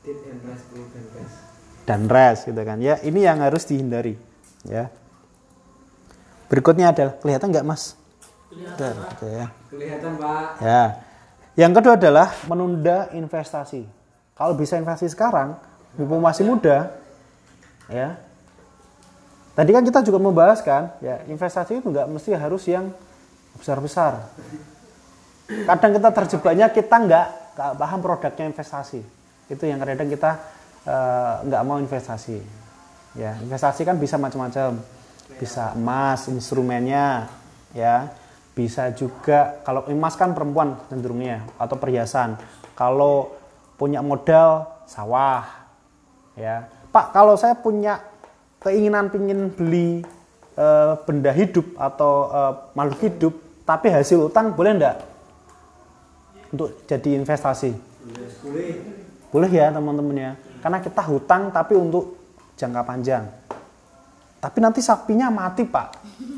Dan res, gitu kan. Ya, ini yang harus dihindari, ya. Berikutnya adalah, kelihatan nggak Mas? Kelihatan, gitu, ya. Kelihatan, Pak. Ya. Yang kedua adalah menunda investasi. Kalau bisa investasi sekarang, mumpung masih muda, ya, Tadi kan kita juga membahas kan, ya investasi itu nggak mesti harus yang besar-besar. Kadang kita terjebaknya kita nggak nggak paham produknya investasi. Itu yang kadang kita uh, nggak mau investasi. Ya, investasi kan bisa macam-macam. Bisa emas, instrumennya, ya. Bisa juga kalau emas kan perempuan cenderungnya atau perhiasan. Kalau punya modal sawah, ya. Pak, kalau saya punya keinginan pingin beli uh, benda hidup atau uh, makhluk hidup, tapi hasil utang boleh enggak untuk jadi investasi? Boleh. Boleh ya teman-teman ya, karena kita hutang tapi untuk jangka panjang. Tapi nanti sapinya mati Pak.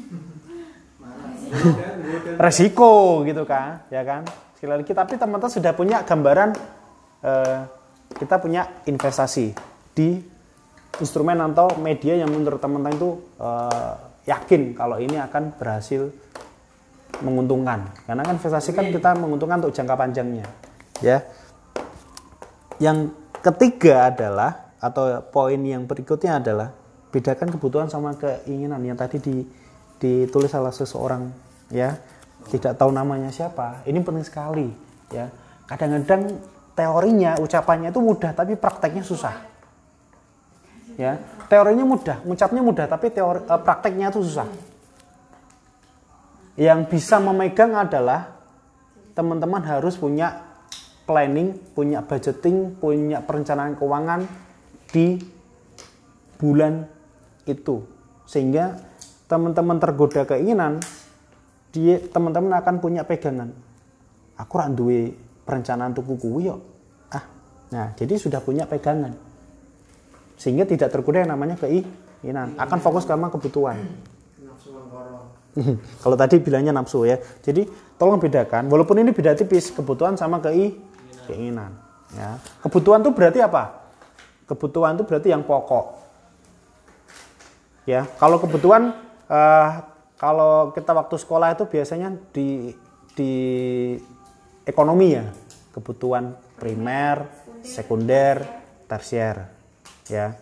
Resiko gitu kan, ya kan. Sekali lagi, tapi teman-teman sudah punya gambaran uh, kita punya investasi di instrumen atau media yang menurut teman-teman itu uh, yakin kalau ini akan berhasil menguntungkan. Karena kan investasi kan kita menguntungkan untuk jangka panjangnya, ya. Yang ketiga adalah atau poin yang berikutnya adalah bedakan kebutuhan sama keinginan yang tadi di, ditulis salah seseorang, ya. Tidak tahu namanya siapa. Ini penting sekali, ya. Kadang-kadang teorinya, ucapannya itu mudah tapi prakteknya susah. Ya, teorinya mudah, ucapnya mudah tapi teori eh, prakteknya itu susah. Yang bisa memegang adalah teman-teman harus punya planning, punya budgeting, punya perencanaan keuangan di bulan itu. Sehingga teman-teman tergoda keinginan, dia teman-teman akan punya pegangan. Aku ra duwe perencanaan tuku kuwi yo. Ah. Nah, jadi sudah punya pegangan. Sehingga tidak tergoda yang namanya keinginan, akan fokus sama kebutuhan. Kalau tadi bilangnya nafsu ya. Jadi tolong bedakan, walaupun ini beda tipis kebutuhan sama keinginan. Keinginan, ya. Kebutuhan itu berarti apa? Kebutuhan itu berarti yang pokok. Ya, kalau kebutuhan uh, kalau kita waktu sekolah itu biasanya di di ekonomi ya, kebutuhan primer, sekunder, tersier, ya.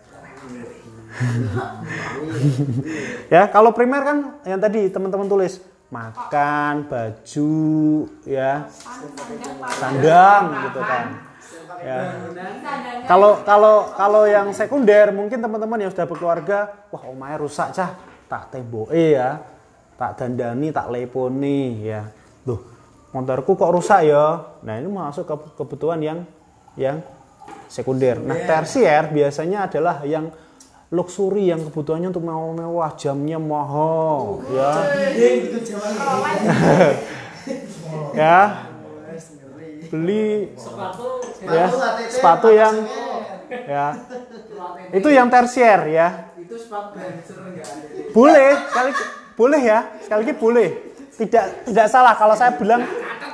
Ya, kalau primer kan yang tadi teman-teman tulis makan, baju, ya, sandang gitu kan. Ya. Kalau kalau kalau yang sekunder mungkin teman-teman yang sudah berkeluarga, wah omahe rusak cah, tak temboke ya, tak dandani, tak leponi ya. Loh, motorku kok rusak ya. Nah, ini masuk ke kebutuhan yang yang sekunder. Nah, tersier biasanya adalah yang luxury, yang kebutuhannya untuk mewah-mewah, jamnya mahal, ya. Ya. Beli ya, sepatu yang ya. Itu yang tersier ya. Itu sepatu Boleh, sekali boleh ya, sekali lagi boleh. Tidak tidak salah kalau saya bilang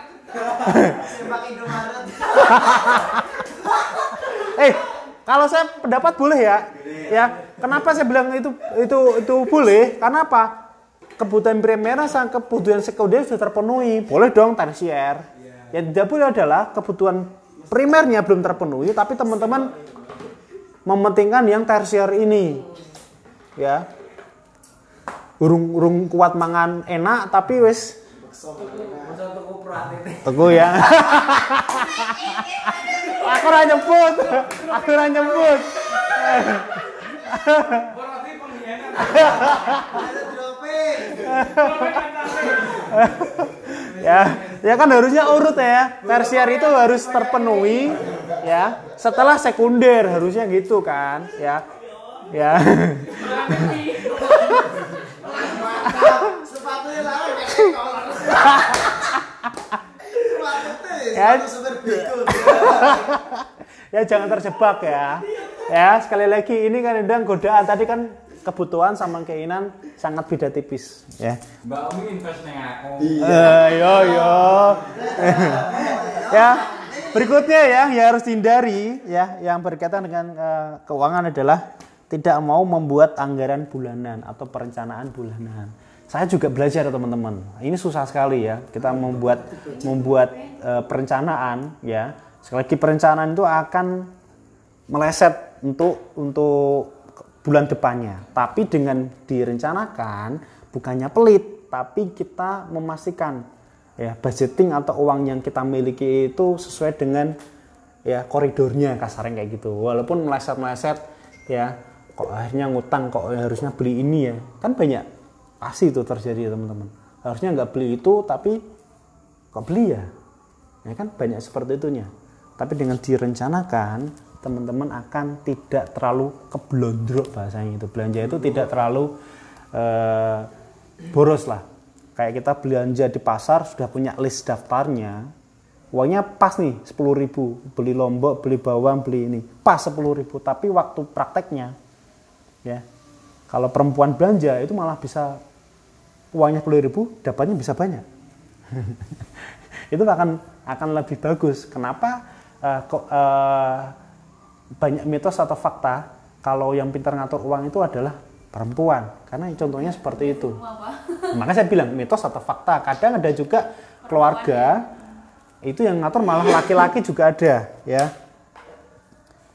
Eh, kalau saya pendapat boleh ya. Ya, kenapa saya bilang itu itu itu boleh? Karena apa? Kebutuhan primer sama kebutuhan sekunder sudah terpenuhi. Boleh dong tersier. Yang tidak boleh adalah kebutuhan primernya belum terpenuhi tapi teman-teman mementingkan yang tersier ini. Ya. Urung-urung kuat mangan enak tapi wis teguh ya. Aku ora nyebut. Aku ora nyebut. berarti pengkhianat. Ya, ya kan harusnya urut ya. Tersier itu harus terpenuhi ya. Setelah sekunder harusnya gitu kan, ya. Ya. Sepatunya larang kayak kolor. Ya. Ya jangan terjebak ya. Ya, sekali lagi ini kan kadang godaan tadi kan kebutuhan sama keinginan sangat beda tipis ya. Mbak Omi invest neng aku. Eh, yo yo. Ya, berikutnya ya yang harus dihindari ya yang berkaitan dengan uh, keuangan adalah tidak mau membuat anggaran bulanan atau perencanaan bulanan. Saya juga belajar teman-teman. Ini susah sekali ya kita membuat membuat uh, perencanaan ya. Sekali lagi perencanaan itu akan meleset untuk untuk bulan depannya. Tapi dengan direncanakan bukannya pelit, tapi kita memastikan ya budgeting atau uang yang kita miliki itu sesuai dengan ya koridornya, kasarnya kayak gitu. Walaupun meleset-meleset ya, kok akhirnya ngutang, kok harusnya beli ini ya, kan banyak pasti itu terjadi ya teman-teman. Harusnya nggak beli itu tapi kok beli ya, ya kan banyak seperti itunya. Tapi dengan direncanakan, teman-teman akan tidak terlalu keblondrok bahasanya itu. Belanja itu tidak terlalu eh, boros lah. Kayak kita belanja di pasar sudah punya list daftarnya, uangnya pas nih sepuluh ribu, beli lombok, beli bawang, beli ini pas sepuluh ribu. Tapi waktu prakteknya ya, kalau perempuan belanja itu malah bisa uangnya sepuluh ribu, dapatnya bisa banyak. Itu akan akan lebih bagus. Kenapa uh, kok uh, banyak mitos atau fakta kalau yang pintar ngatur uang itu adalah perempuan? Karena contohnya seperti itu. Makanya saya bilang mitos atau fakta. Kadang ada juga keluarga itu yang ngatur malah laki-laki juga ada, ya.